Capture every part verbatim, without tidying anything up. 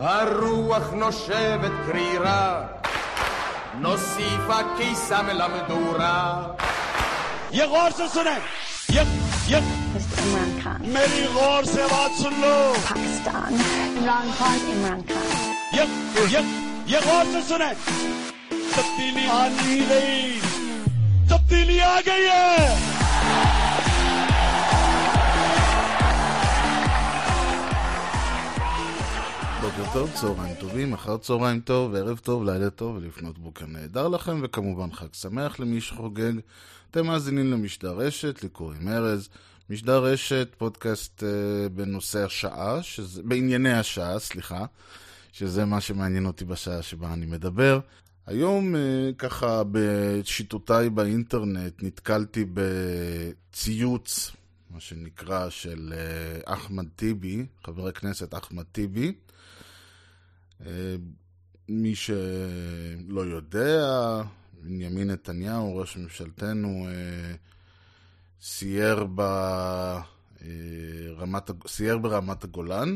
הרוח נושבת קרירה, נוסיף הקיסם למדורה. ये गौर से सुने, ये ये Mister Imran Khan. मेरी गौर से बात सुन लो. Pakistan. Imran Khan. Imran Khan. ये ये ये गौर से सुने. तब्दीली आ नहीं गई, तब्दीली आ गई है. בוקר טוב, צהריים טובים, אחר צהריים טוב, ערב טוב, לילה טוב ולפנות בוקר נהדר לכם, וכמובן חג שמח למי שחוגג. אתם מאזינים למשדר רשת, לי קוראים ארז. משדר רשת, פודקאסט uh, בנושא השעה, שזה, בענייני השעה, סליחה, שזה מה שמעניין אותי בשעה שבה אני מדבר. היום uh, ככה בשיטותיי באינטרנט נתקלתי בציוץ, מה שנקרא, של uh, אחמד טיבי, חבר הכנסת אחמד טיבי. Uh, מי שלא יודע, בנימין נתניהו, ראש ממשלתנו, uh, סייר, ב, uh, רמת, סייר ברמת הגולן,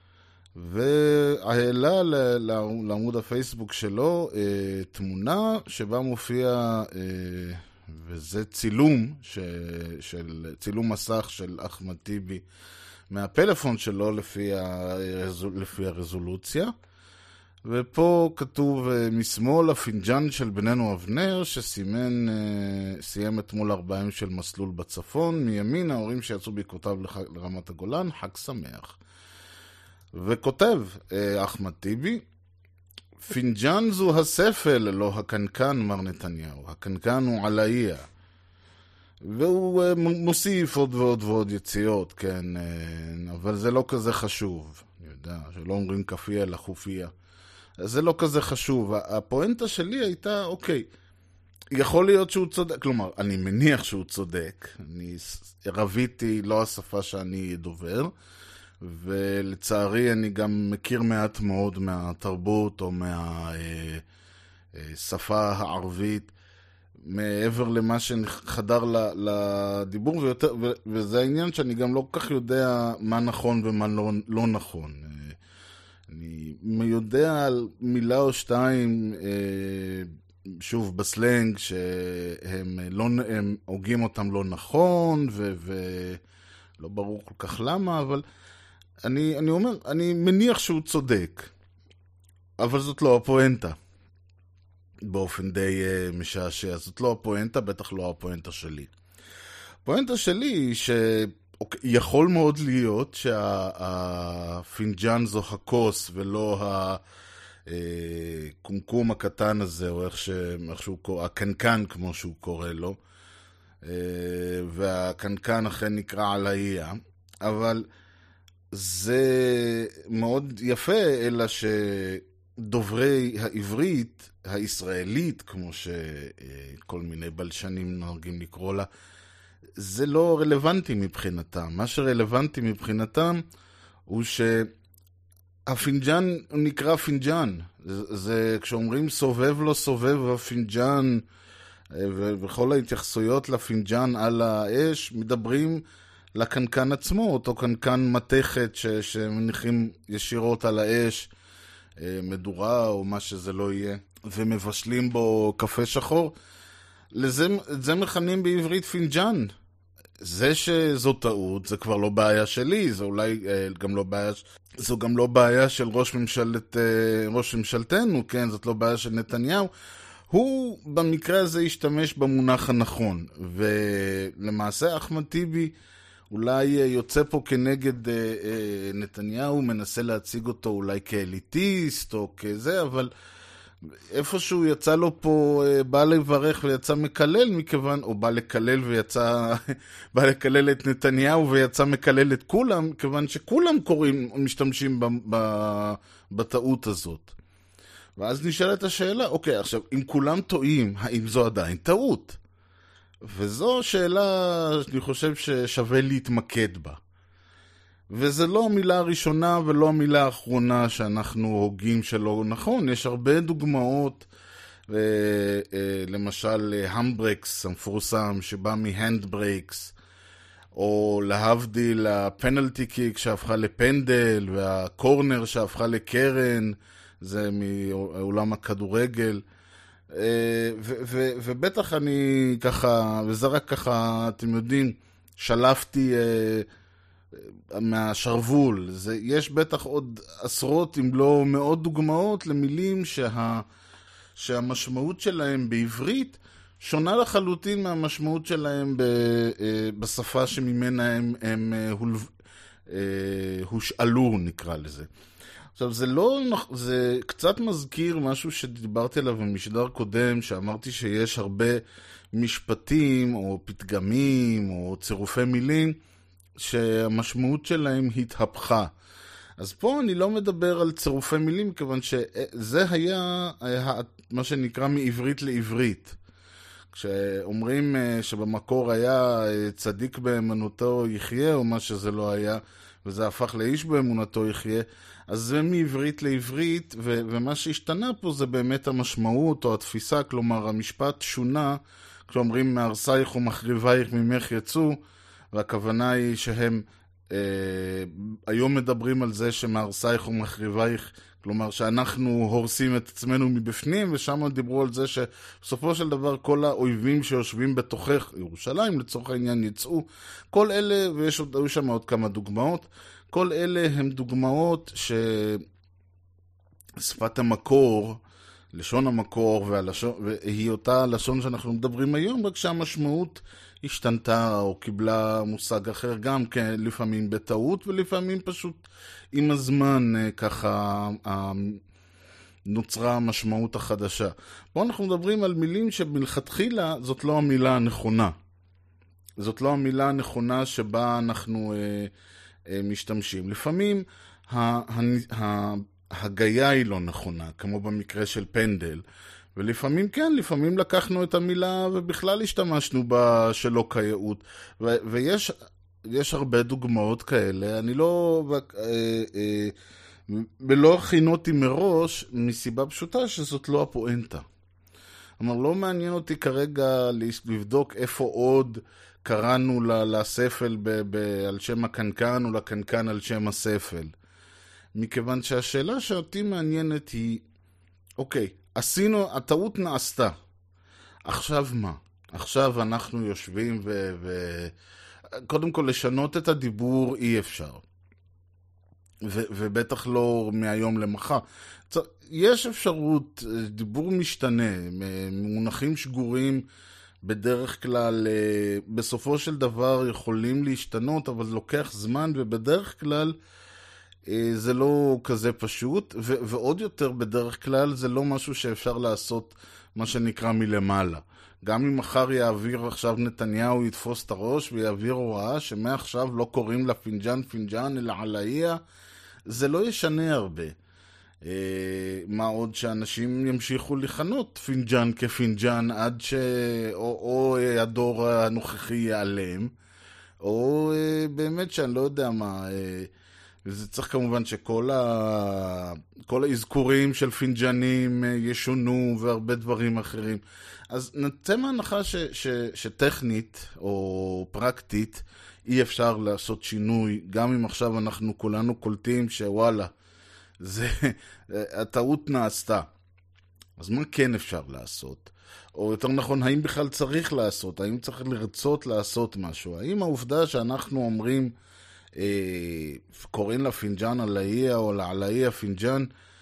והעלה לעמוד הפייסבוק שלו uh, תמונה שבה מופיע, uh, וזה צילום, ש, של, צילום מסך של אחמד טיבי מהפלאפון שלו לפי, הרזול, לפי הרזולוציה. ופה כתוב משמאל הפינג'אן של בננו אבנר שסימן, סיים אתמול ארבעים של מסלול בצפון, מימין ההורים שיצאו בעקבותיו לרמת הגולן, חג שמח. וכותב אחמד טיבי, פינג'אן זו הספל, לא הקנקן, מר נתניהו, הקנקן הוא עלאיה. והוא מוסיף עוד ועוד ועוד יציאות, כן, אבל זה לא כזה חשוב. אני יודע, שלא אומרים כפיה אלא חופיה. זה לא כזה חשוב. הפואנטה שלי הייתה, אוקיי, יכול להיות שהוא צודק, כלומר, אני מניח שהוא צודק, אני רביתי, לא השפה שאני דובר, ולצערי אני גם מכיר מעט מאוד מהתרבות או מהשפה הערבית, מעבר למה שחדר לדיבור, ויותר, וזה העניין שאני גם לא כך יודע מה נכון ומה לא, לא נכון. אני יודע על מילה או שתיים, שוב בסלנג, שהם לא, הם הוגים אותם לא נכון, ו, ולא ברור כל כך למה, אבל אני, אני אומר, אני מניח שהוא צודק, אבל זאת לא הפואנטה. באופן די uh, משעשע. זאת לא הפואנטה, בטח לא הפואנטה שלי. הפואנטה שלי היא שיכול מאוד להיות שהפינג'אן זו הכוס ולא הקומקום הקטן הזה, או איך, ש... איך שהוא קורא, הקנקן כמו שהוא קורא לו, והקנקן אכן נקרא עלאיה, אבל זה מאוד יפה, אלא ש... דוברי העברית, הישראלית, כמו שכל מיני בלשנים נהגים לקרוא לה, זה לא רלוונטי מבחינתם. מה שרלוונטי מבחינתם הוא שהפינג'אן נקרא פינג'אן. זה, זה כשאומרים סובב לא סובב הפינג'אן, וכל ההתייחסויות לפינג'אן על האש, מדברים לקנקן עצמו, אותו קנקן מתכת ש, שמניחים ישירות על האש, מדורה או מה שזה לא יהיה, ומבשלים בו קפה שחור. לזה, זה מכנים בעברית פינג'אן. זה שזו טעות, זה כבר לא בעיה שלי, זה אולי גם לא בעיה, זו גם לא בעיה של ראש ממשלת, ראש ממשלתנו, כן, זאת לא בעיה של נתניהו. הוא במקרה הזה השתמש במונח הנכון, ולמעשה אחמד טיבי אולי יוצא פה כנגד אה, אה, נתניהו, מנסה להציג אותו אולי כאליטיסט או כזה, אבל איפשהו יצא לו פה, אה, בא לברך ויצא מקלל מכיוון, או בא לקלל ויצא, בא לקלל את נתניהו ויצא מקלל את כולם, כיוון שכולם קוראים, משתמשים ב, ב, בטעות הזאת. ואז נשאלת השאלה, אוקיי, עכשיו, אם כולם טועים, האם זו עדיין טעות? וזו שאלה שאני חושב ששווה להתמקד בה. וזה לא המילה הראשונה ולא המילה האחרונה שאנחנו הוגים שלא נכון. יש הרבה דוגמאות, למשל המברקס המפורסם שבא מהנדברקס, או להבדיל הפנלטי קיק שהפכה לפנדל, והקורנר שהפכה לקרן, זה מעולם הכדורגל. ו- ו- ובטח אני ככה, וזה רק ככה, אתם יודעים, שלפתי מהשרוול. זה, יש בטח עוד עשרות אם לא מאות דוגמאות למילים שה, שהמשמעות שלהם בעברית שונה לחלוטין מהמשמעות שלהם ב, בשפה שממנה הם, הם הולב, הושאלו, נקרא לזה. עכשיו, זה לא, זה קצת מזכיר משהו שדיברתי עליו במשדר קודם, שאמרתי שיש הרבה משפטים או פתגמים או צירופי מילים שהמשמעות שלהם התהפכה. אז פה אני לא מדבר על צירופי מילים, כיוון שזה היה, היה מה שנקרא מעברית לעברית. כשאומרים שבמקור היה צדיק באמונתו יחיה, או מה שזה לא היה, וזה הפך לאיש באמונתו יחיה, אז זה מעברית לעברית, ו- ומה שהשתנה פה זה באמת המשמעות או התפיסה, כלומר המשפט שונה, כשאומרים מהרסייך ומחריבייך ממך יצאו, והכוונה היא שהם אה, היום מדברים על זה שמהרסייך ומחריבייך, כלומר שאנחנו הורסים את עצמנו מבפנים, ושם דיברו על זה שבסופו של דבר כל האויבים שיושבים בתוכך, ירושלים לצורך העניין, יצאו. כל אלה, ויש עוד, היו שם עוד כמה דוגמאות, כל אלה הם דוגמאות ששפת המקור, לשון המקור, והלשון, והיא אותה לשון שאנחנו מדברים היום, רק שהמשמעות השתנתה או קיבלה מושג אחר, גם כן לפעמים בטעות ולפעמים פשוט עם הזמן ככה נוצרה המשמעות החדשה. פה אנחנו מדברים על מילים שמלכתחילה זאת לא המילה הנכונה. זאת לא המילה הנכונה שבה אנחנו אה, אה, משתמשים. לפעמים ההגייה היא לא נכונה, כמו במקרה של פנדל. ולפעמים כן, לפעמים לקחנו את המילה ובכלל השתמשנו בה שלא כייעות. ו- ויש יש הרבה דוגמאות כאלה. אני לא... אה, אה, ולא הכינותי מראש מסיבה פשוטה שזאת לא הפואנטה. אמר, לא מעניין אותי כרגע לבדוק איפה עוד קראנו לספל ב- ב- על שם הקנקן או לקנקן על שם הספל. מכיוון שהשאלה שאותי מעניינת היא, אוקיי, עשינו, הטעות נעשתה. עכשיו מה? עכשיו אנחנו יושבים ו... ו... קודם כל לשנות את הדיבור אי אפשר. ו- ובטח לא מהיום למחר. יש אפשרות, דיבור משתנה, מונחים שגורים בדרך כלל, בסופו של דבר יכולים להשתנות, אבל זה לוקח זמן, ובדרך כלל זה לא כזה פשוט, ו- ועוד יותר בדרך כלל זה לא משהו שאפשר לעשות מה שנקרא מלמעלה. גם אם מחר יעביר עכשיו נתניהו יתפוס את הראש ויעביר הוראה שמעכשיו לא קוראים לה פינג'אן פינג'אן אלא עלאיה, זה לא ישנה הרבה. אה, מה עוד שאנשים ימשיכו לכנות פינג'אן כפינג'אן עד ש... או, או הדור הנוכחי ייעלם, או אה, באמת שאני לא יודע מה... אה, וזה צריך כמובן שכל ה... כל האזכורים של פינג'נים ישונו והרבה דברים אחרים. אז נצא מההנחה ש... ש... שטכנית או פרקטית אי אפשר לעשות שינוי, גם אם עכשיו אנחנו כולנו קולטים שוואלה, זה... הטעות נעשתה. אז מה כן אפשר לעשות? או יותר נכון, האם בכלל צריך לעשות? האם צריך לרצות לעשות משהו? האם העובדה שאנחנו אומרים... קוראים לה פינג'אן עלאיה או לעלאיה פינג'אן,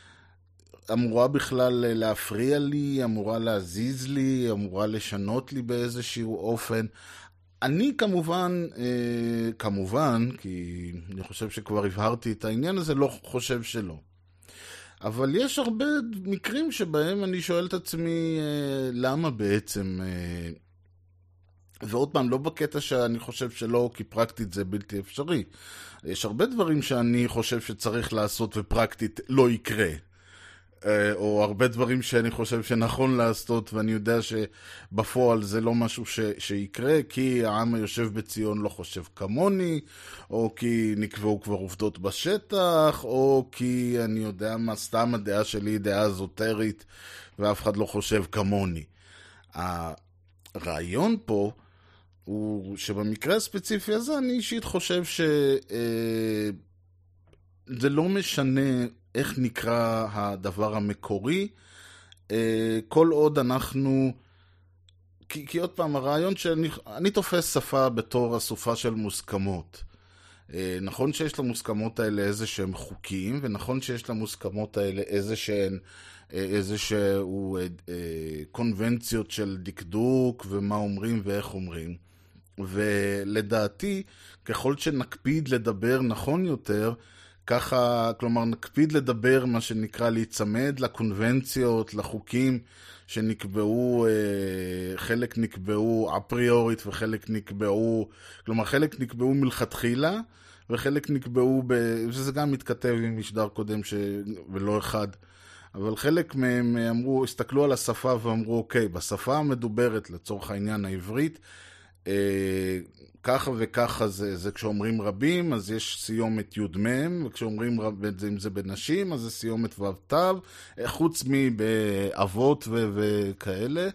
אמורה בכלל להפריע לי, אמורה להזיז לי, אמורה לשנות לי באיזשהו אופן. אני כמובן, כמובן, כי אני חושב שכבר הבהרתי את העניין הזה, לא חושב שלא. אבל יש הרבה מקרים שבהם אני שואל את עצמי למה בעצם... ועוד פעם, לא בקטע שאני חושב שלא, כי פרקטית זה בלתי אפשרי. יש הרבה דברים שאני חושב שצריך לעשות ופרקטית לא יקרה. או הרבה דברים שאני חושב שנכון לעשות, ואני יודע שבפועל זה לא משהו ש... שיקרה, כי העם היושב בציון לא חושב כמוני, או כי נקבעו כבר עובדות בשטח, או כי אני יודע מה, סתם הדעה שלי היא דעה אזוטרית, ואף אחד לא חושב כמוני. הרעיון פה, הוא שבמקרה הספציפי הזה אני אישית חושב שזה לא משנה איך נקרא הדבר המקורי, כל עוד אנחנו, כי, כי עוד פעם הרעיון שאני אני תופס שפה בתור הסופה של מוסכמות. נכון שיש למוסכמות האלה איזה שהם חוקים, ונכון שיש למוסכמות האלה איזה שהן איזה שהוא קונבנציות של דקדוק ומה אומרים ואיך אומרים. ולדעתי, ככל שנקפיד לדבר נכון יותר, ככה, כלומר, נקפיד לדבר מה שנקרא להיצמד לקונבנציות, לחוקים שנקבעו, חלק נקבעו אפריורית וחלק נקבעו, כלומר, חלק נקבעו מלכתחילה, וחלק נקבעו, ב... שזה גם מתכתב עם משדר קודם ש... ולא אחד, אבל חלק מהם אמרו, הסתכלו על השפה ואמרו, אוקיי, בשפה המדוברת לצורך העניין העברית, אה, ככה וככה זה, זה כשאומרים רבים, אז יש סיומת י' מ', וכשאומרים רב, אם זה בנשים, אז זה סיומת ו' ת', חוץ מבאבות ו- וכאלה,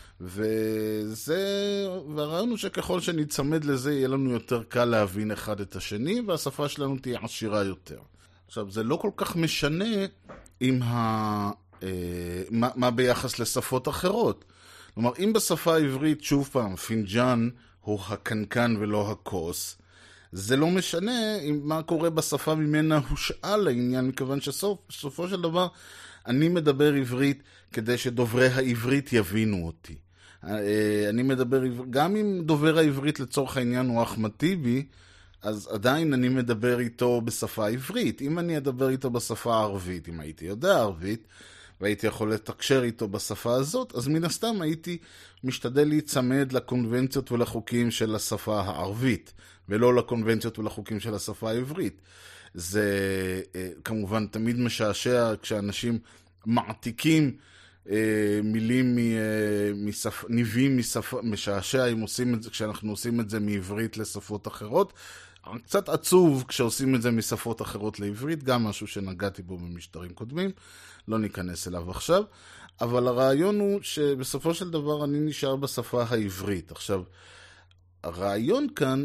וזה, והרעיון הוא שככל שניצמד לזה, יהיה לנו יותר קל להבין אחד את השני, והשפה שלנו תהיה עשירה יותר. עכשיו, זה לא כל כך משנה עם ה... אה, מה, מה ביחס לשפות אחרות. כלומר, אם בשפה העברית, שוב פעם, פינג'אן הוא הקנקן ולא הכוס, זה לא משנה מה קורה בשפה ממנה הושאל לעניין, מכיוון שסופו של דבר אני מדבר עברית כדי שדוברי העברית יבינו אותי. אני מדבר, גם אם דובר העברית לצורך העניין הוא אחמד טיבי, אז עדיין אני מדבר איתו בשפה עברית. אם אני אדבר איתו בשפה הערבית, אם הייתי יודע ערבית, והייתי יכול לתקשר איתו בשפה הזאת, אז מן הסתם הייתי משתדל להיצמד לקונבנציות ולחוקים של השפה הערבית, ולא לקונבנציות ולחוקים של השפה העברית. זה כמובן תמיד משעשע כשאנשים מעתיקים מילים משפ... ניבים משפה, משעשע אם עושים את זה, כשאנחנו עושים את זה מעברית לשפות אחרות. קצת עצוב כשעושים את זה משפות אחרות לעברית, גם משהו שנגעתי בו במשטרים קודמים, לא ניכנס אליו עכשיו, אבל הרעיון הוא שבסופו של דבר אני נשאר בשפה העברית. עכשיו, הרעיון כאן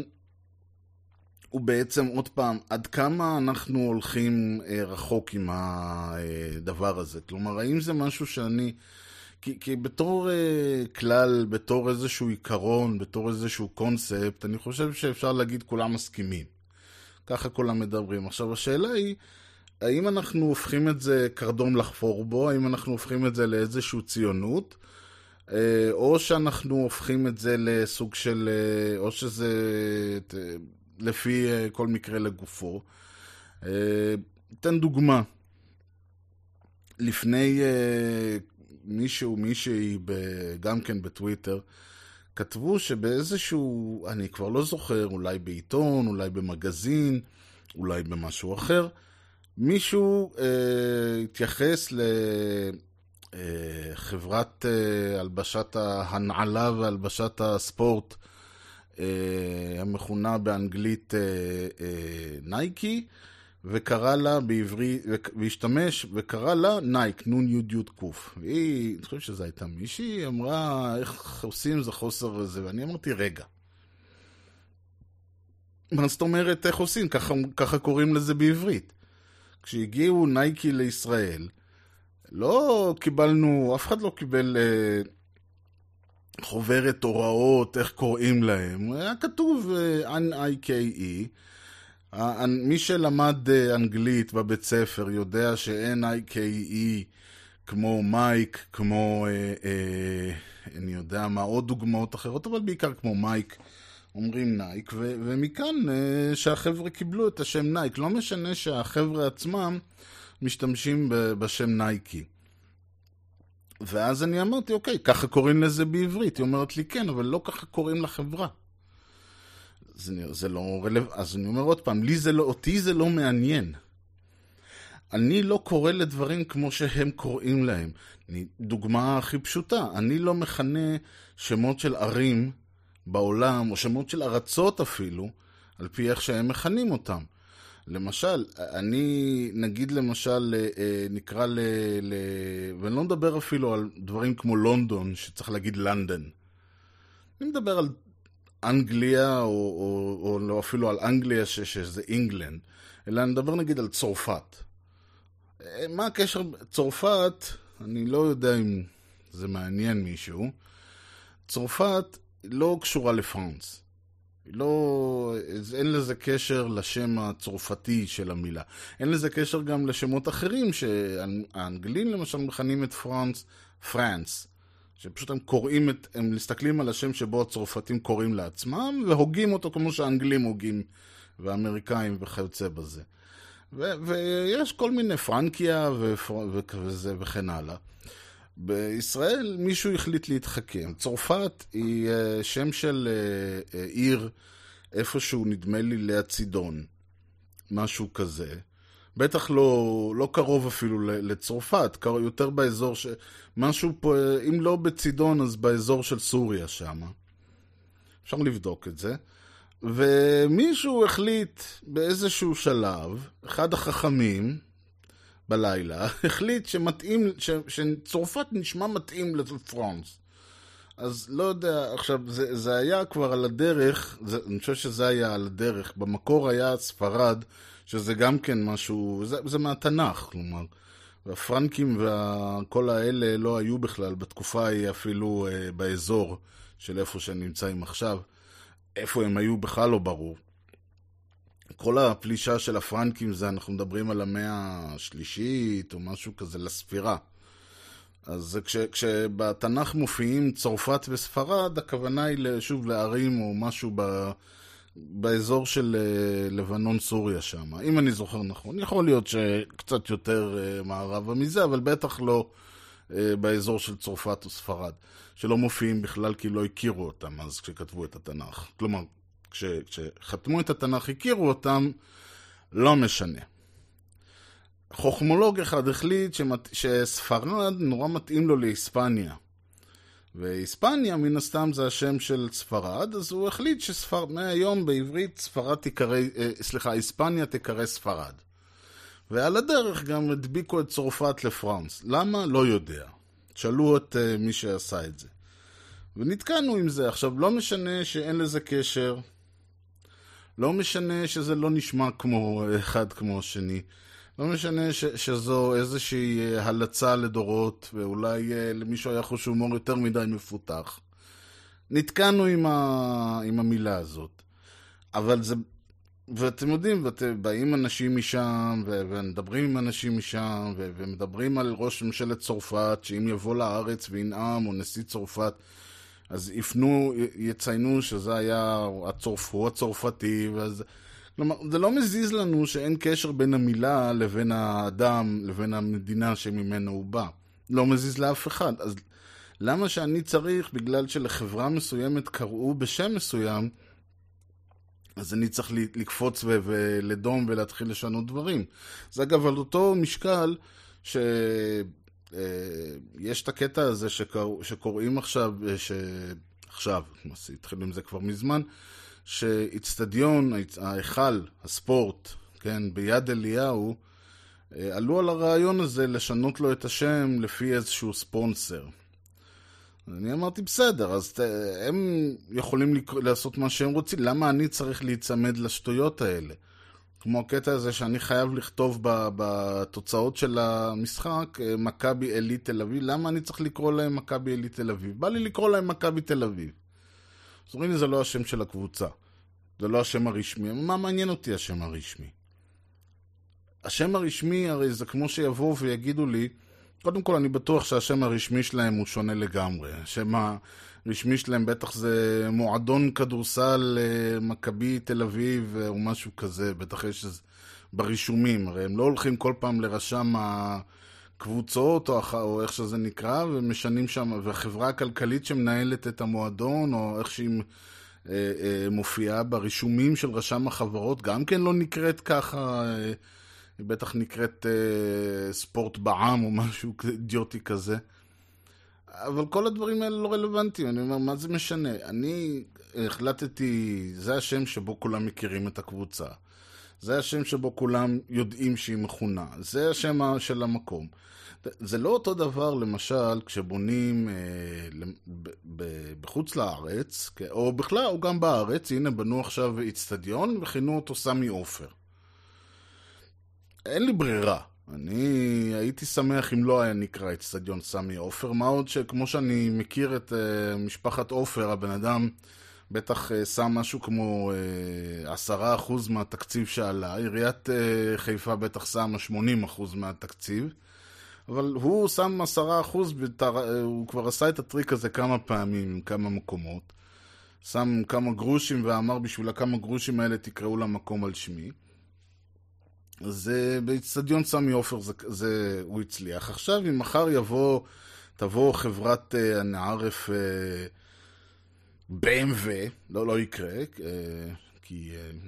הוא בעצם עוד פעם, עד כמה אנחנו הולכים אה, רחוק עם הדבר הזה. כלומר, האם זה משהו שאני, כי, כי בתור אה, כלל, בתור איזשהו עיקרון, בתור איזשהו קונספט, אני חושב שאפשר להגיד כולם מסכימים. ככה כולם מדברים. עכשיו, השאלה היא, האם אנחנו הופכים את זה קרדום לחפור בו, האם אנחנו הופכים את זה לאיזשהו ציונות, אה, או שאנחנו הופכים את זה לסוג של, אה, או שזה אה, לפי אה, כל מקרה לגופו. אה, תן דוגמה. לפני אה, מישהו, מישהי, גם כן בטוויטר, כתבו שבאיזשהו, אני כבר לא זוכר, אולי בעיתון, אולי במגזין, אולי במשהו אחר, מישהו אה, התייחס לחברת אה, הלבשת ההנעלה והלבשת הספורט, אה, המכונה באנגלית אה, אה, נייקי, וקרא לה בעברי, והשתמש, וקרא לה נייק, נון יוד יוד קוף. והיא, אני חושב שזו הייתה מישהי, אמרה, איך עושים זה חוסר הזה, ואני אמרתי, רגע. מה זאת אומרת, איך עושים? ככה, ככה קוראים לזה בעברית. כשהגיעו נייקי לישראל, לא קיבלנו, אף אחד לא קיבל אה, חוברת הוראות, איך קוראים להם. היה כתוב אן איי קיי אי, מי שלמד אנגלית בבית ספר יודע ש-אן איי קיי אי כמו מייק, כמו אה, אה, אני יודע מה, עוד דוגמאות אחרות, אבל בעיקר כמו מייק, אומרים נייק, ו- ומכאן אה, שהחבר'ה קיבלו את השם נייק. לא משנה שהחבר'ה עצמם משתמשים ב- בשם נייקי. ואז אני אמרתי, אוקיי, ככה קוראים לזה בעברית. היא אומרת לי, כן, אבל לא ככה קוראים לחברה. זה, זה לא רלו... אז אני אומר עוד פעם, לי זה לא, אותי זה לא מעניין. אני לא קורא לדברים כמו שהם קוראים להם. אני, דוגמה הכי פשוטה, אני לא מכנה שמות של ערים בעולם, או שמות של ארצות אפילו, על פי איך שהם מכנים אותם. למשל, אני נגיד למשל, נקרא ל... ל... ואני לא מדבר אפילו על דברים כמו לונדון, שצריך להגיד לונדון. אני מדבר על אנגליה, או, או, או לא אפילו על אנגליה ש, שזה אינגלנד, אלא נדבר נגיד על צרפת. מה הקשר? צרפת, אני לא יודע אם זה מעניין מישהו, צרפת לא קשורה לפרנס. לא, אין לזה קשר לשם הצרפתי של המילה. אין לזה קשר גם לשמות אחרים, שהאנגלים למשל מכנים את פרנס, פרנס. שפשוט הם קוראים את, הם מסתכלים על השם שבו הצרפתים קוראים לעצמם, והוגים אותו כמו שהאנגלים הוגים, והאמריקאים וכיוצא בזה. ו- ויש כל מיני פרנקיה ו- וזה וכן הלאה. בישראל מישהו החליט להתחכם. צרפת היא שם של עיר איפשהו, נדמה לי, ליד צידון. משהו כזה. בטח לא, לא קרוב אפילו לצרפת, יותר באזור ש... משהו פה, אם לא בצידון, אז באזור של סוריה שם. אפשר לבדוק את זה. ומישהו החליט באיזשהו שלב, אחד החכמים בלילה, החליט שמתאים, ש... שצרפת נשמע מתאים לפרנס. אז לא יודע, עכשיו, זה, זה היה כבר על הדרך, זה, אני חושב שזה היה על הדרך, במקור היה ספרד, שזה גם כן משהו, זה, זה מהתנ"ך, כלומר, והפרנקים וכל האלה לא היו בכלל, בתקופה היא אפילו אה, באזור של איפה שהם נמצאים עכשיו, איפה הם היו בכלל לא ברור. כל הפלישה של הפרנקים זה, אנחנו מדברים על המאה השלישית או משהו כזה לספירה. אז כש, כשבתנ"ך מופיעים צרפת וספרד, הכוונה היא שוב לערים או משהו ב, באזור של לבנון סוריה שם. אם אני זוכר נכון, יכול להיות שקצת יותר מערבה מזה, אבל בטח לא באזור של צרפת וספרד, שלא מופיעים בכלל כי לא הכירו אותם אז כשכתבו את התנ"ך. כלומר, כש, כשחתמו את התנ"ך הכירו אותם, לא משנה. חוכמולוג אחד החליט שמת... שספרד נורא מתאים לו להיספניה. והיספניה מן הסתם זה השם של ספרד, אז הוא החליט שספרד, מהיום בעברית ספרד תקרא, אה, סליחה, היספניה תקרא ספרד. ועל הדרך גם הדביקו את צרפת לפרנס. למה? לא יודע. שאלו את אה, מי שעשה את זה. ונתקענו עם זה. עכשיו, לא משנה שאין לזה קשר, לא משנה שזה לא נשמע כמו אחד כמו השני, לא משנה ש- שזו איזושהי הלצה לדורות, ואולי למישהו היה חוש הומור יותר מדי מפותח. נתקענו עם, ה- עם המילה הזאת. אבל זה, ואתם יודעים, באים אנשים משם, ו- ומדברים עם אנשים משם, ו- ומדברים על ראש ממשלת צרפת, שאם יבוא לארץ וינאם, או נשיא צרפת, אז יפנו, יציינו שזה היה הצורף, הוא הצרפתי, ואז... כלומר, זה לא מזיז לנו שאין קשר בין המילה לבין האדם, לבין המדינה שממנו הוא בא. לא מזיז לאף אחד. אז למה שאני צריך, בגלל שלחברה מסוימת קראו בשם מסוים, אז אני צריך לקפוץ ו- ולדום ולהתחיל לשנות דברים. זה אגב על אותו משקל ש... יש את הקטע הזה שקור... שקוראים עכשיו, ש... עכשיו, התחילו עם זה כבר מזמן, שהצטדיון, ההיכל, הספורט, כן, ביד אליהו, עלו על הרעיון הזה לשנות לו את השם לפי איזשהו ספונסר. אני אמרתי, בסדר, אז הם יכולים לעשות מה שהם רוצים, למה אני צריך להיצמד לשטויות האלה? כמו הקטע הזה שאני חייב לכתוב בתוצאות של המשחק, מכבי אלית תל אביב, למה אני צריך לקרוא להם מכבי אלית תל אביב? בא לי לקרוא להם מכבי תל אביב. אז אומרים לי, זה לא השם של הקבוצה, זה לא השם הרשמי. מה מעניין אותי השם הרשמי? השם הרשמי הרי זה כמו שיבואו ויגידו לי, קודם כל אני בטוח שהשם הרשמי שלהם הוא שונה לגמרי. השם הרשמי שלהם בטח זה מועדון כדורסל מכבי תל אביב או משהו כזה, בטח יש ברישומים, הרי הם לא הולכים כל פעם לרשם הקבוצות או, או איך שזה נקרא ומשנים שם, והחברה הכלכלית שמנהלת את המועדון או איך שהיא אה, אה, מופיעה ברישומים של רשם החברות גם כן לא נקראת ככה, אה, היא בטח נקראת אה, ספורט בעם או משהו אידיוטי כזה. אבל כל הדברים האלה לא רלוונטיים. אני אומר, מה זה משנה? אני החלטתי, זה השם שבו כולם מכירים את הקבוצה. זה השם שבו כולם יודעים שהיא מכונה. זה השם של המקום. זה לא אותו דבר, למשל, כשבונים אה, ב- ב- בחוץ לארץ, או בכלל, או גם בארץ, הנה בנו עכשיו אצטדיון וכינו אותו סמי עופר. אין לי ברירה. אני הייתי שמח אם לא היה נקרא אצטדיון סמי עופר, מה עוד שכמו שאני מכיר את uh, משפחת עופר, הבן אדם בטח uh, שם משהו כמו עשרה אחוז מהתקציב שעלה, עיריית uh, חיפה בטח שמה שמונים אחוז מהתקציב, אבל הוא שם עשרה אחוז, בתר... הוא כבר עשה את הטריק הזה כמה פעמים, כמה מקומות, שם כמה גרושים ואמר בשביל כמה גרושים האלה תקראו למקום על שמי. זה באצטדיון סמי עופר זה, זה הוא הצליח. עכשיו אם מחר יבוא תבוא חברת uh, הנערף uh, בי אם דאבליו, לא לא יקרה uh, כי uh,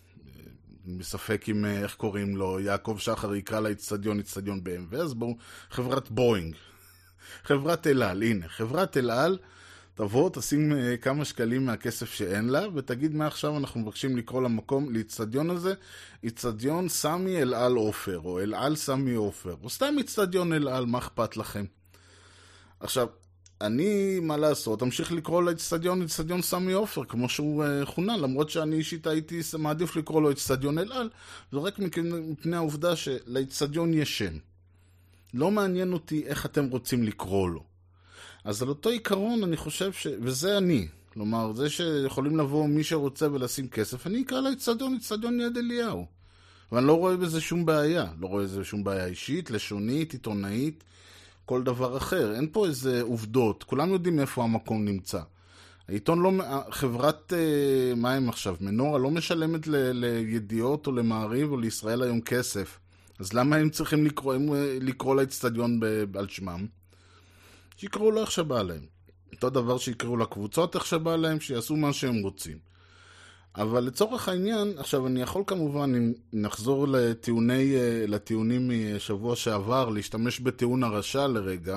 מספק עם uh, איך קוראים לו, יעקב שחר יקרא לאצטדיון אצטדיון בי אם דאבליו, אז בואו חברת בואינג, חברת אל על, הנה חברת אל על תבוא, תשים uh, כמה שקלים מהכסף שאין לה, ותגיד מעכשיו אנחנו מבקשים לקרוא למקום, לאצטדיון הזה, אצטדיון סמי אל על עופר, או אל על סמי עופר, או סתם אצטדיון אל על, מה אכפת לכם? עכשיו, אני, מה לעשות, אמשיך לקרוא לאצטדיון, אצטדיון סמי עופר, כמו שהוא uh, חונה, למרות שאני אישית הייתי מעדיף לקרוא לו אצטדיון אל על, זה רק מפני העובדה שלאצטדיון יש שם. לא מעניין אותי איך אתם רוצים לקרוא לו. אז על אותו עיקרון אני חושב ש... וזה אני. כלומר, זה שיכולים לבוא מי שרוצה ולשים כסף, אני אקרא לאצטדיון, אצטדיון יד אליהו. ואני לא רואה בזה שום בעיה. לא רואה בזה שום בעיה אישית, לשונית, עיתונאית, כל דבר אחר. אין פה איזה עובדות. כולם יודעים איפה המקום נמצא. העיתון לא... חברת מים עכשיו, מנורה, לא משלמת ל... לידיעות או למעריב או לישראל היום כסף. אז למה הם צריכים לקרוא, הם... לקרוא לאצטדיון ב... על שמם? שיקראו לו איך שבא להם. אותו דבר שיקראו לקבוצות איך שבא להם, שיעשו מה שהם רוצים. אבל לצורך העניין, עכשיו אני יכול כמובן, אם נחזור לטיעוני, לטיעונים משבוע שעבר, להשתמש בטיעון הרשע לרגע,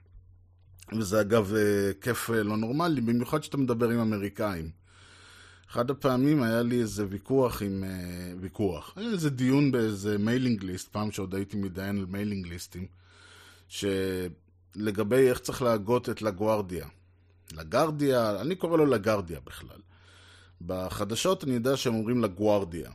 וזה אגב כיף לא נורמלי, במיוחד שאתה מדבר עם אמריקאים. אחד הפעמים היה לי איזה ויכוח עם, ויכוח, היה איזה דיון באיזה מיילינג ליסט, פעם שעוד הייתי מתדיין על מיילינג ליסטים, ש... לגבי איך צריך להגות את לגוארדיה. לגרדיה, אני קורא לו לגרדיה בכלל. בחדשות אני יודע שהם אומרים לגוארדיה.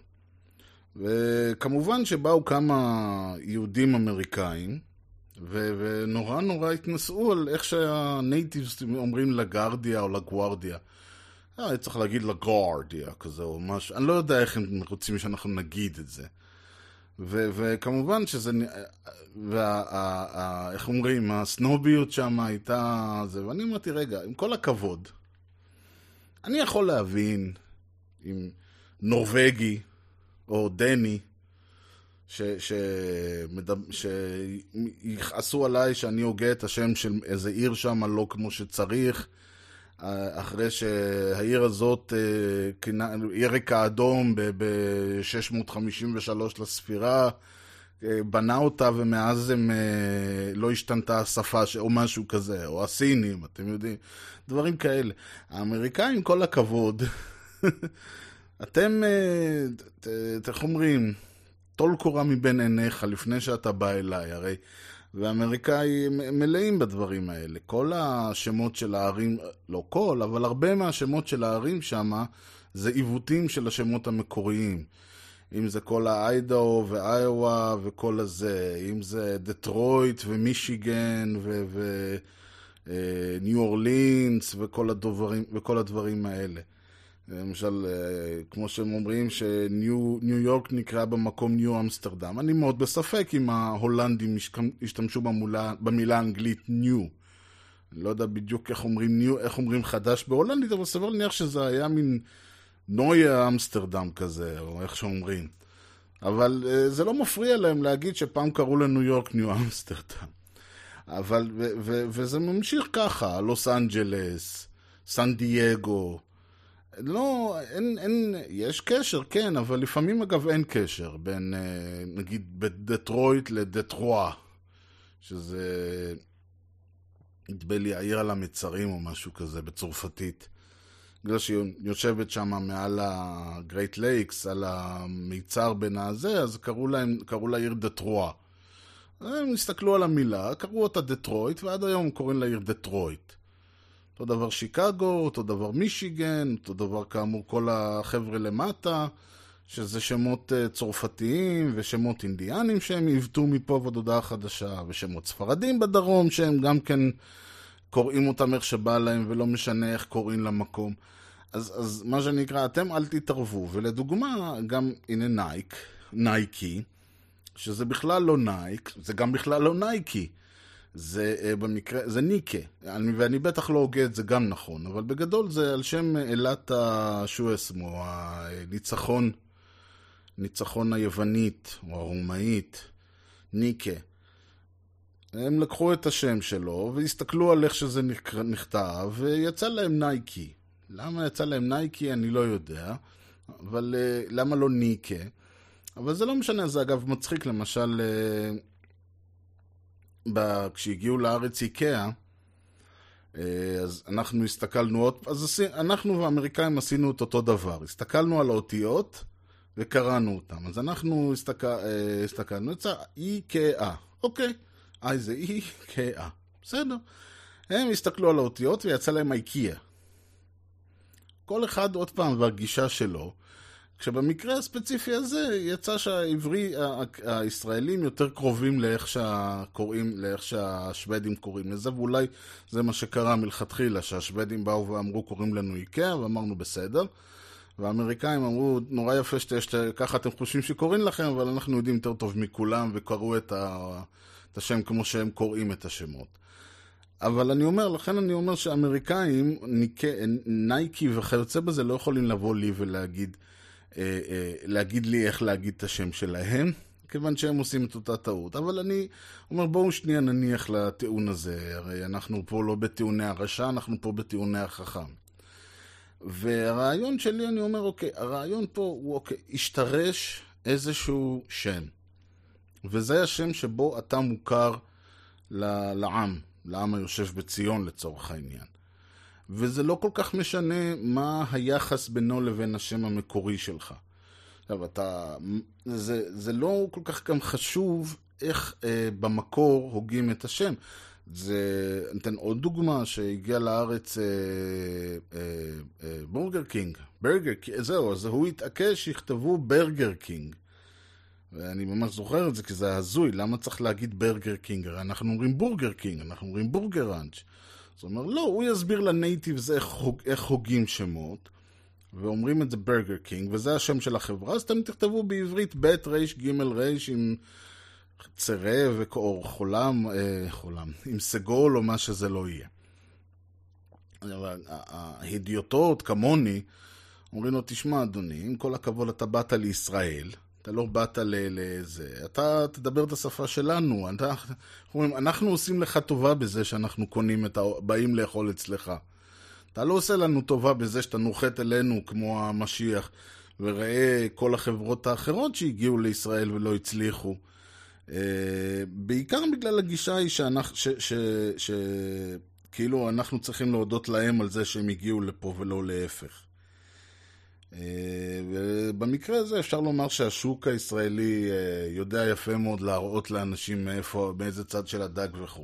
וכמובן שבאו כמה יהודים אמריקאים, ו- ונורא נורא התנסו על איך שהנייטיבס אומרים לגרדיה או לגוארדיה. אה, צריך להגיד לגוארדיה כזה או משהו. אני לא יודע איך הם רוצים שאנחנו נגיד את זה. ו- וכמובן שזה, וה- ה- ה- איך אומרים, הסנוביות שם הייתה, זה, ואני אמרתי, רגע, עם כל הכבוד, אני יכול להבין עם נורווגי או דני, ש- ש- מדבר- שיחסו עליי שאני הוגה את השם של איזה עיר שם לא כמו שצריך, אחרי שהעיר הזאת, ירק האדום ב-שש מאות חמישים ושלוש לספירה, בנה אותה ומאז הם לא השתנתה השפה או משהו כזה, או הסינים, אתם יודעים, דברים כאלה. האמריקאים, כל הכבוד, אתם, איך אומרים, טול קורה מבין עיניך לפני שאתה בא אליי, הרי והאמריקאים מלאים בדברים האלה. כל השמות של הערים, לא כל, אבל הרבה מהשמות של הערים שם זה עיוותים של השמות המקוריים. אם זה כל האיידאו ואיואה וכל הזה, אם זה דטרויט ומישיגן וניו אורלינס וכל הדברים, וכל הדברים האלה. למשל, כמו שהם אומרים שניו יורק נקרא במקום ניו אמסטרדם. אני מאוד בספק אם ההולנדים השתמשו במילה, במילה האנגלית ניו. אני לא יודע בדיוק איך אומרים ניו, איך אומרים חדש בהולנדית, אבל סבר להניח שזה היה מין נויה אמסטרדם כזה, או איך שאומרים. אבל זה לא מפריע להם להגיד שפעם קראו לניו יורק ניו אמסטרדם. אבל, ו, ו, וזה ממשיך ככה, לוס אנג'לס, סן דייגו, לא, אין, אין, יש קשר, כן, אבל לפעמים אגב אין קשר בין, נגיד, בדטרויט לדטרואה, שזה, נדמה לי, העיר על המצרים או משהו כזה, בצרפתית. בגלל שהיא יושבת שם מעל הגרייט לייקס, על המיצר בין הזה, אז קראו להם, קראו לעיר דטרואה. הם הסתכלו על המילה, קראו אותה דטרויט, ועד היום קוראים לעיר דטרויט. אותו דבר שיקגו, אותו דבר מישיגן, אותו דבר כאמור כל החבר'ה למטה, שזה שמות צורפתיים ושמות אינדיאנים שהם יבטו מפה ועד הודעה חדשה, ושמות ספרדים בדרום שהם גם כן קוראים אותם איך שבא להם ולא משנה איך קוראים למקום. אז, אז מה שנקרא, אתם אל תתערבו. ולדוגמה, גם הנה נייק, נייקי, שזה בכלל לא נייק, זה גם בכלל לא נייקי. זה במקרה, זה ניקה. אני, ואני בטח לא הוגה את זה גם נכון, אבל בגדול זה על שם אלת השואסמו, הניצחון, ניצחון היוונית או הרומאית, ניקה. הם לקחו את השם שלו והסתכלו על איך שזה נכתב ויצא להם נייקי. למה יצא להם נייקי אני לא יודע, אבל למה לא ניקה? אבל זה לא משנה, זה אגב מצחיק, למשל כשהגיעו לארץ איקאה, אז אנחנו הסתכלנו עוד, אז אנחנו והאמריקאים עשינו את אותו דבר, הסתכלנו על האותיות וקראנו אותם, אז אנחנו הסתכלנו, יצא איקאה, אוקיי, איי זה איקאה, בסדר, הם הסתכלו על האותיות ויצא להם איקאה, כל אחד עוד פעם והגישה שלו, כשבמקרה הספציפי הזה יצא שהעברי, הישראלים יותר קרובים לאיך שקוראים, לאיך שהשוודים קוראים לזה, ואולי זה מה שקרה מלכתחילה, שהשוודים באו ואמרו קוראים לנו איקאה, ואמרנו בסדר, והאמריקאים אמרו נורא יפה שככה אתם חושבים שקוראים לכם, אבל אנחנו יודעים יותר טוב מכולם, וקראו את, ה, את השם כמו שהם קוראים את השמות. אבל אני אומר, לכן אני אומר שהאמריקאים, נייקי וכיוצא בזה, לא יכולים לבוא לי ולהגיד, להגיד לי איך להגיד את השם שלהם, כיוון שהם עושים את אותה טעות. אבל אני אומר, בואו שנייה נניח לטיעון הזה, הרי אנחנו פה לא בטיעוני הרשע, אנחנו פה בטיעוני החכם. והרעיון שלי, אני אומר, אוקיי, הרעיון פה הוא, אוקיי, השתרש איזשהו שם, וזה השם שבו אתה מוכר לעם, לעם היושב בציון לצורך העניין. וזה לא כל כך משנה מה היחס בינו לבין השם המקורי שלך. עכשיו, אתה, זה, זה לא כל כך גם חשוב איך אה, במקור הוגים את השם. זה, נתן עוד דוגמה שהגיע לארץ אה, אה, אה, בורגר קינג. ברגר קינג, זהו, אז הוא התעקש שיכתבו ברגר קינג. ואני ממש זוכר את זה כי זה הזוי. למה צריך להגיד ברגר קינג? הרי אנחנו אומרים בורגר קינג, אנחנו אומרים בורגר ראנץ'. זאת אומרת, לא, הוא יסביר לנייטיבס איך, איך הוגים שמות, ואומרים את זה ברגר קינג, וזה השם של החברה, אז אתם תכתבו בעברית בית ריש גימל ריש עם צרב או חולם, אה, חולם, עם סגול או מה שזה לא יהיה. ההדיוטות כמוני אומרים לו, תשמע אדוני, עם כל הכבוד אתה באת לישראל, אתה לא באת לזה, אתה תדבר את השפה שלנו, אתה, אנחנו עושים לך טובה בזה שאנחנו קונים את הבאים לאכול אצלך. אתה לא עושה לנו טובה בזה שאתה נוחת אלינו כמו המשיח, וראה כל החברות האחרות שהגיעו לישראל ולא הצליחו. בעיקר בגלל הגישה היא שאנחנו, ש, ש, ש, כאילו אנחנו צריכים להודות להם על זה שהם הגיעו לפה ולא להפך. ובמקרה הזה אפשר לומר שהשוק הישראלי יודע יפה מאוד להראות לאנשים מאיפה, באיזה צד של הדג וכו'.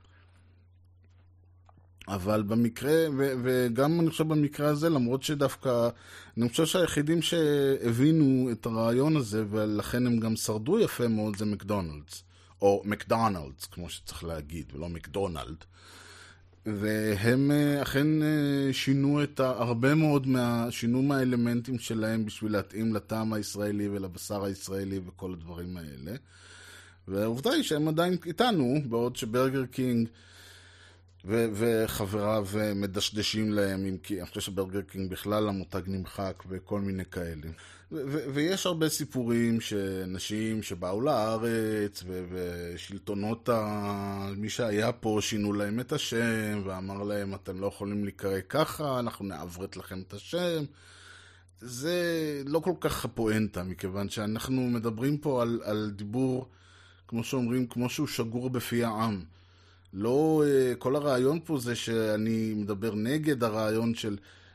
אבל במקרה, ו- וגם אני חושב במקרה הזה, למרות שדווקא, אני חושב שהיחידים שהבינו את הרעיון הזה, ולכן הם גם שרדו יפה מאוד, זה מקדונלדס. או מקדונלדס, כמו שצריך להגיד, ולא מקדונלד. והם אכן שינו את הרבה מאוד מה, שינו מהאלמנטים שלהם בשביל להתאים לטעם הישראלי ולבשר הישראלי וכל הדברים האלה. והעובדה היא שהם עדיין איתנו, בעוד שברגר קינג ו- וחבריו מדשדשים להם, אם כי אני חושב שברגר קינג בכלל המותג נמחק וכל מיני כאלה. ו- ו- ויש הרבה סיפורים שאנשים שבאו לארץ ו- ושלטונות ה- מי שהיה פה שינו להם את השם ואמר להם אתם לא יכולים להיקרא ככה, אנחנו נעברת לכם את השם. זה לא כל כך הפואנטה, מכיוון שאנחנו מדברים פה על, על דיבור, כמו שאומרים, כמו שהוא שגור בפי העם. לא, כל הרעיון פה זה שאני מדבר נגד הרעיון של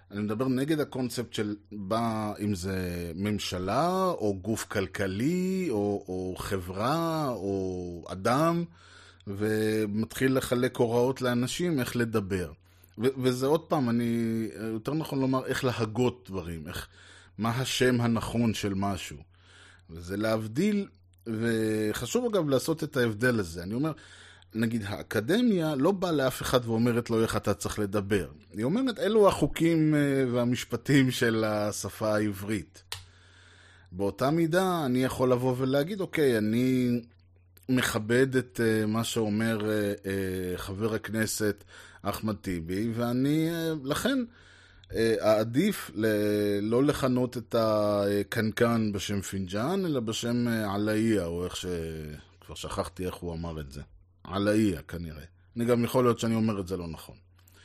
אני מדבר נגד הקונספט של בא, אם זה ממשלה, או גוף כלכלי, או, או חברה, או אדם, ומתחיל לחלק הוראות לאנשים איך לדבר. ו- וזה עוד פעם, אני, יותר נכון לומר, איך להגות דברים, איך, מה השם הנכון של משהו. וזה להבדיל, וחשוב אגב לעשות את ההבדל הזה. אני אומר, נגיד, האקדמיה לא באה לאף אחד ואומרת לו איך אתה צריך לדבר. היא אומרת, אלו החוקים והמשפטים של השפה העברית. באותה מידה אני יכול לבוא ולהגיד, אוקיי, אני מכבד את מה שאומר חבר הכנסת אחמד טיבי, ואני, לכן, העדיף לא לכנות את הקנקן בשם פינג'אן, אלא בשם עלאיה, או איך ש... כבר שכחתי איך הוא אמר את זה. עלאיה כנראה. אני גם יכול להיות שאני אומר את זה לא נכון.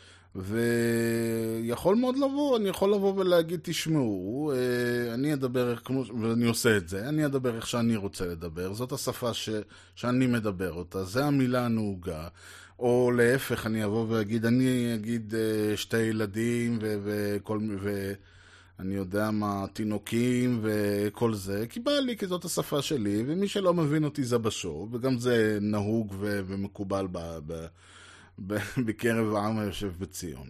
ויכול מאוד לבוא, אני יכול לבוא ולהגיד, תשמעו, אני אדבר כמו, ואני עושה את זה, אני אדבר איך שאני רוצה לדבר, זאת השפה ש, שאני מדבר אותה, זה המילה הנהוגה, או להפך, אני אבוא ואגיד, אני אגיד שתי ילדים, ו, וכל, ואני יודע מה, תינוקים וכל זה, כי בא לי, כי זאת השפה שלי, ומי שלא מבין אותי זה בשוב, וגם זה נהוג ו, ומקובל ב... ב בקרב העם היושב בציון.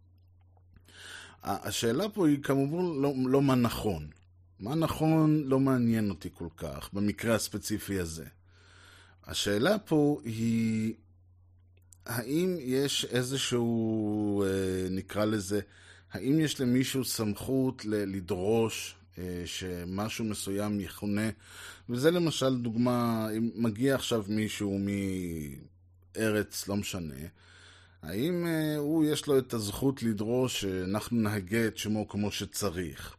השאלה פה היא כמובן לא, לא מה נכון. מה נכון לא מעניין אותי כל כך, במקרה הספציפי הזה. השאלה פה היא, האם יש איזשהו, נקרא לזה, האם יש למישהו סמכות לדרוש שמשהו מסוים יכונה, וזה למשל דוגמה, אם מגיע עכשיו מישהו מ... ארץ, לא משנה, האם אה, הוא יש לו את הזכות לדרוש שאנחנו נהגה את שמו כמו שצריך,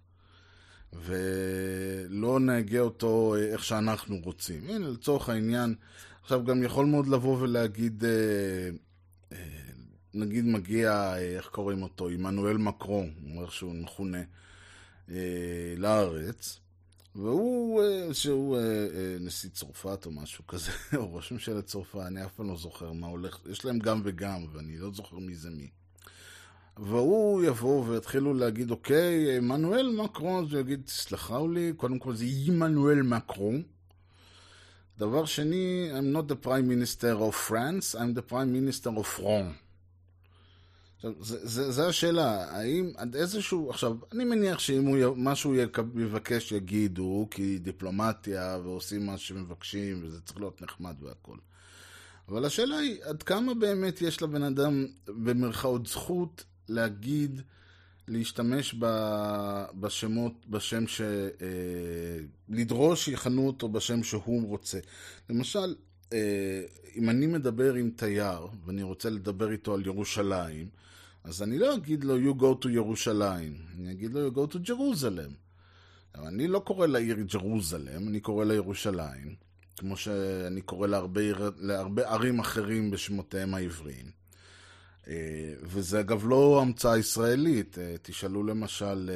ולא נהגה אותו אה, איך שאנחנו רוצים. הנה, לצורך העניין, עכשיו גם יכול מאוד לבוא ולהגיד, אה, אה, נגיד מגיע, אה, איך קוראים אותו, עמנואל מקרון, אומר שהוא מכונה, אה, לארץ, והוא, שהוא נשיא צרפת או משהו כזה, או ראש ממשלת צרפת, אני אף פעם לא זוכר מה הולך, יש להם גם וגם, ואני לא זוכר מי זה מי. והוא יבוא והתחילו להגיד, אוקיי, עמנואל מקרון, אז הוא יגיד, סלחה לי, קודם כל זה עמנואל מקרון. דבר שני, I'm not the prime minister of France, I'm the prime minister of France. עכשיו, זה, זה, זה השאלה, האם עד איזשהו, עכשיו, אני מניח שאם הוא משהו יבקש יגידו, כי דיפלומטיה ועושים מה שמבקשים, וזה צריך להיות נחמד והכל. אבל השאלה היא, עד כמה באמת יש לבן אדם במרכאות זכות להגיד, להשתמש בשמות, בשם ש... לדרוש שיכנו אותו בשם שהוא רוצה. למשל, אם אני מדבר עם תייר, ואני רוצה לדבר איתו על ירושלים, אז אני לא אגיד לו, you go to ירושלים. אני אגיד לו, you go to Jerusalem. אני לא קורא לעיר ג'רוזלם, אני קורא לה ירושלים, כמו שאני קורא להרבה, להרבה ערים אחרים בשמותיהם העבריים. וזה אגב לא המצאה ישראלית. תשאלו למשל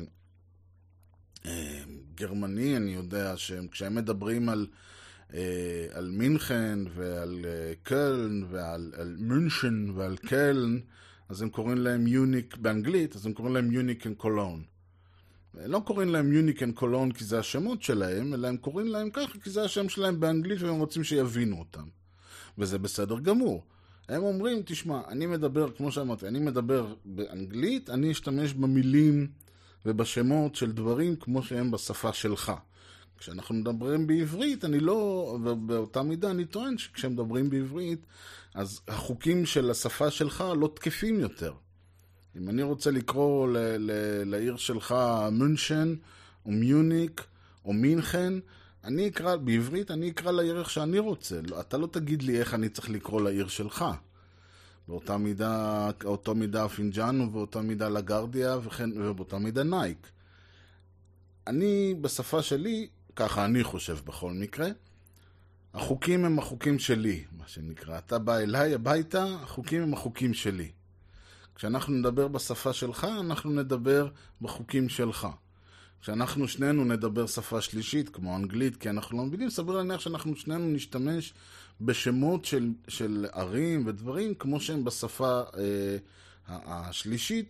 גרמני, אני יודע שכשהם מדברים על על מינכן ועל קלן ועל על מונשן ועל קלן, אז הם קוראים להם יוניק באנגלית, אז הם קוראים להם יוניק אנד קולון. לא קוראים להם יוניק אנד קולון כי זה השמות שלהם, אלא הם קוראים להם ככה כי זה השם שלהם באנגלית והם רוצים שיבינו אותם. וזה בסדר גמור. הם אומרים, תשמע, אני מדבר, כמו שאמרתי, אני מדבר באנגלית, אני אשתמש במילים ובשמות של דברים כמו שהם בשפה שלך. כשאנחנו מדברים בעברית, אני לא, ובאותה מידה אני טוען שכשהם מדברים בעברית, אז החוקים של השפה שלך לא תקפים יותר. אם אני רוצה לקרוא ל- ל- לעיר שלך מונשן, או מיוניק, או מינכן, אני אקרא, בעברית אני אקרא לעיר איך שאני רוצה. אתה לא תגיד לי איך אני צריך לקרוא לעיר שלך. באותה מידה, באותה מידה פינג'אן, ובאותה מידה לגרדיה, וכן, ובאותה מידה נייק. אני, בשפה שלי, ככה אני חושב בכל מקרה, החוקים הם החוקים שלי, מה שנקרא. אתה בא אליי הביתה, החוקים הם החוקים שלי. כשאנחנו נדבר בשפה שלך, אנחנו נדבר בחוקים שלך. כשאנחנו שנינו נדבר שפה שלישית, כמו אנגלית, כי אנחנו לא מבינים, סביר להניח שאנחנו שנינו נשתמש בשמות של, של ערים ודברים, כמו שהם בשפה אה, השלישית,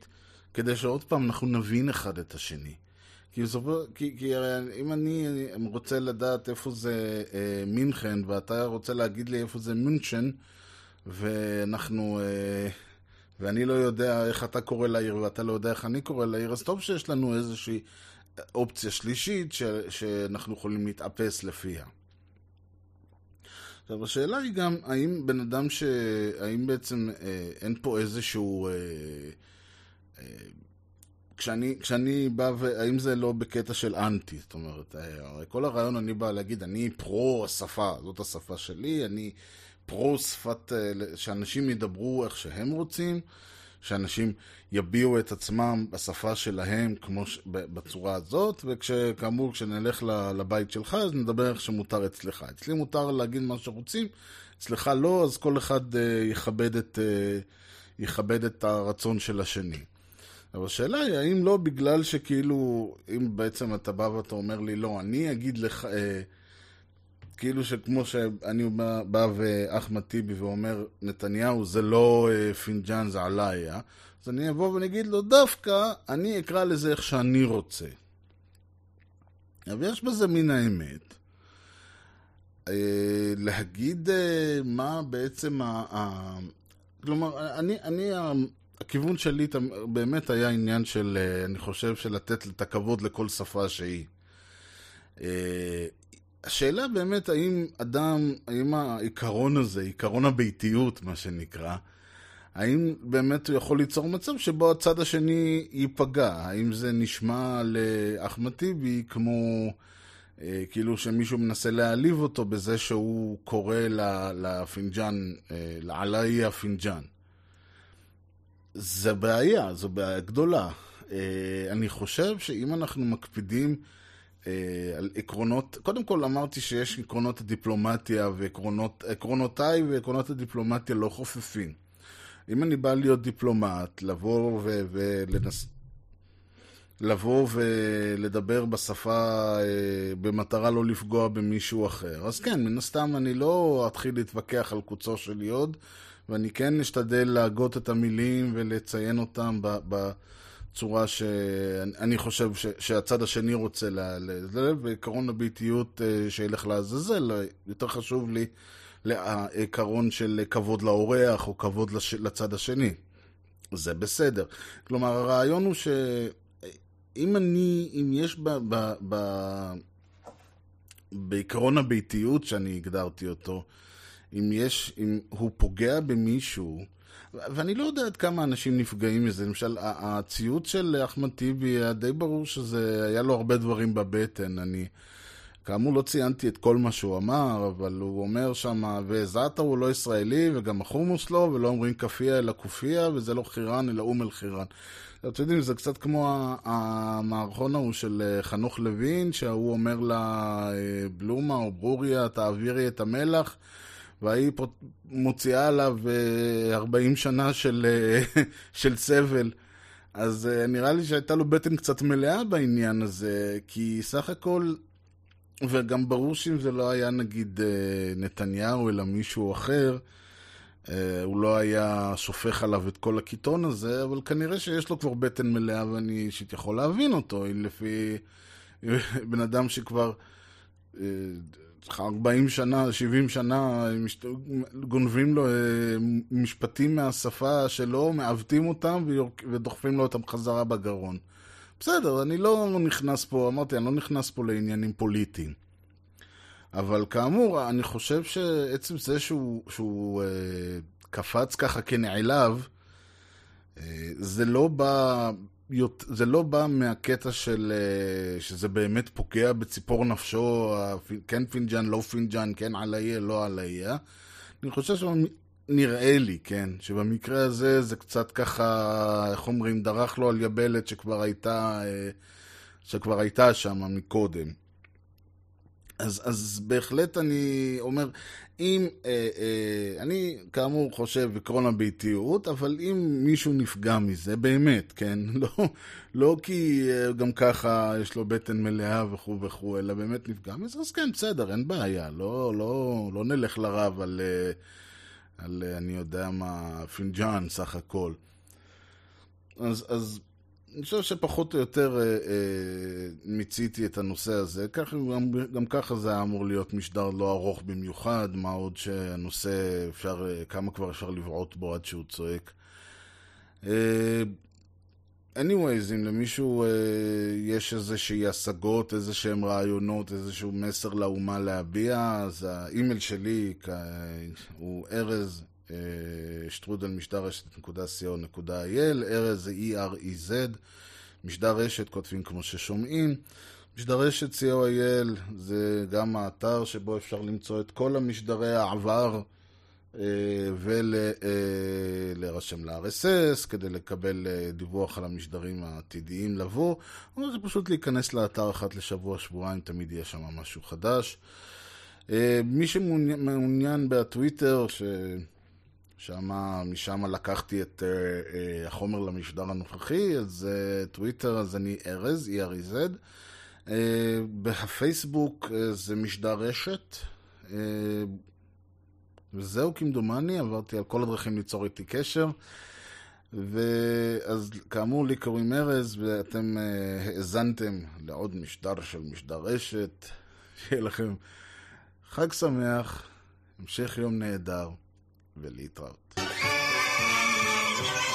כדי שעוד פעם אנחנו נבין אחד את השני. כי, כי, כי אם אני רוצה לדעת איפה זה אה, מינכן, ואתה רוצה להגיד לי איפה זה מונשן, ואנחנו, אה, ואני לא יודע איך אתה קורא לעיר, ואתה לא יודע איך אני קורא לעיר, אז טוב שיש לנו איזושהי אופציה שלישית ש, שאנחנו יכולים להתאפס לפיה. עכשיו, השאלה היא גם, האם בן אדם ש... האם בעצם אה, אין פה איזשהו... אה, אה, כשאני, כשאני בא, והאם זה לא בקטע של אנטי, זאת אומרת, הרי כל הרעיון אני בא להגיד, אני פרו השפה, זאת השפה שלי, אני פרו שפת, שאנשים ידברו איך שהם רוצים, שאנשים יביעו את עצמם בשפה שלהם כמו ש... בצורה הזאת, וכשכאמור, כשנלך לבית שלך, אז נדבר איך שמותר אצלך. אצלי מותר להגיד מה שרוצים, אצלך לא, אז כל אחד יכבד את, יכבד את הרצון של השני. אבל השאלה היא, האם לא בגלל שכאילו, אם בעצם אתה בא ואתה אומר לי, לא, אני אגיד לך, אה, כאילו שכמו שאני בא, בא ואחמד טיבי ואומר, נתניהו זה לא אה, פינג'אן, זה עליי, אה? אז אני אבוא ונגיד לו, דווקא אני אקרא לזה איך שאני רוצה. אבל יש בזה מן האמת. אה, להגיד אה, מה בעצם, ה, ה, כלומר, אני, אני, הכיוון שלי באמת היה עניין של, אני חושב, של לתת את הכבוד לכל שפה שהיא. השאלה באמת, האם אדם, האם העיקרון הזה, עיקרון הביתיות, מה שנקרא, האם באמת הוא יכול ליצור מצב שבו הצד השני ייפגע? האם זה נשמע לאחמד טיבי כמו, כאילו שמישהו מנסה להעליב אותו בזה שהוא קורא לפינג'אן, לעלי הפינג'אן? זה בעיה, זו בעיה גדולה. אני חושב שאם אנחנו מקפידים על עקרונות, קודם כל אמרתי שיש עקרונות הדיפלומטיה ועקרונות, עקרונותיי ועקרונות הדיפלומטיה לא חופפים. אם אני בא להיות דיפלומט, לבוא ו- ולנס... לבוא ולדבר בשפה במטרה לא לפגוע במישהו אחר, אז כן, מן הסתם אני לא אתחיל להתווכח על קוצו של יוד, ואני כן אשתדל להגות את המילים ולציין אותם בצורה שאני חושב ש, שהצד השני רוצה להזל, ועקרון הביתיות שילך לעזאזל, יותר חשוב לי לעקרון של כבוד לאורח או כבוד לצד השני. זה בסדר. כלומר, הרעיון הוא שאם אני, אם יש ב, ב, ב, בעקרון הביתיות שאני הגדרתי אותו, אם יש, אם הוא פוגע במישהו, ואני לא יודע עד כמה אנשים נפגעים מזה, למשל, הציוץ של אחמד טיבי היה די ברור שזה, היה לו הרבה דברים בבטן, אני, כאמור לא ציינתי את כל מה שהוא אמר, אבל הוא אומר שם, וזאטה הוא לא ישראלי, וגם החומוס לא, ולא אומרים כפיה אלא כופיה, וזה לא חירן אלא אום אל חירן. אתם יודעים, זה קצת כמו המערכון ההוא של חנוך לוין, שהוא אומר לה, בלומה או ברוריה, תעבירי את המלח, והיא מוציאה עליו ארבעים שנה של, של סבל. אז נראה לי שהייתה לו בטן קצת מלאה בעניין הזה, כי סך הכל, וגם ברור שאם זה לא היה נגיד נתניהו אלא מישהו אחר, הוא לא היה שופך עליו את כל הכיתון הזה, אבל כנראה שיש לו כבר בטן מלאה ואני אישית יכול להבין אותו, לפי בן אדם שכבר ארבעים שנה, שבעים שנה, גונבים לו משפטים מהשפה שלו, מעוותים אותם ודוחפים לו אותם חזרה בגרון. בסדר, אני לא נכנס פה, אמרתי, אני לא נכנס פה לעניינים פוליטיים. אבל כאמור, אני חושב שעצם זה שהוא, שהוא אה, קפץ ככה כנעליו, אה, זה לא בא, זה לא בא מהקטע של, אה, שזה באמת פוגע בציפור נפשו, כן פינג'אן, לא פינג'אן, כן עלייה, לא עלייה. אני חושב שנראה לי, כן, שבמקרה הזה זה קצת ככה, איך אומרים, דרך לו על יבלת שכבר הייתה, אה, שכבר הייתה שם מקודם. אז, אז בהחלט אני אומר, אם, אה, אה, אני כאמור חושב עקרון הביתיות, אבל אם מישהו נפגע מזה, באמת, כן, לא, לא כי אה, גם ככה יש לו בטן מלאה וכו' וכו', אלא באמת נפגע מזה, אז כן, בסדר, אין בעיה, לא, לא, לא נלך לרב על, אה, על, אני יודע מה, פינג'אן סך הכל. אז, אז אני חושב שפחות או יותר אה, אה, מיציתי את הנושא הזה. כך, גם, גם ככה זה היה אמור להיות משדר לא ארוך במיוחד, מה עוד שהנושא אפשר, אה, כמה כבר אפשר לבעוט בו עד שהוא צועק. אה, anyways, אם למישהו אה, יש איזושהי השגות, איזשהם רעיונות, איזשהו מסר לאומה להביע, אז האימייל שלי הוא ארז, שטרודל משדר רשת נקודה סי או נקודה איי אל, ארז זה אי אר אי זד, משדר רשת כותבים כמו ששומעים. משדר רשת סי או איי אל זה גם האתר שבו אפשר למצוא את כל המשדרי העבר ולהירשם ל-אר אס אס כדי לקבל דיווח על המשדרים העתידיים לבוא, או זה פשוט להיכנס לאתר אחת לשבוע, שבועיים, תמיד יהיה שם משהו חדש. מי שמעוניין בטוויטר, ש... שמה, משם לקחתי את uh, uh, החומר למשדר הנוכחי, אז uh, טוויטר, אז אני ארז, אי אר אי זד. Uh, בפייסבוק uh, זה משדר רשת. Uh, וזהו כמדומני, עברתי על כל הדרכים ליצור איתי קשר. ואז כאמור לי קוראים ארז, ואתם uh, האזנתם לעוד משדר של משדר רשת. שיהיה לכם חג שמח, המשך יום נהדר. ולהתראות.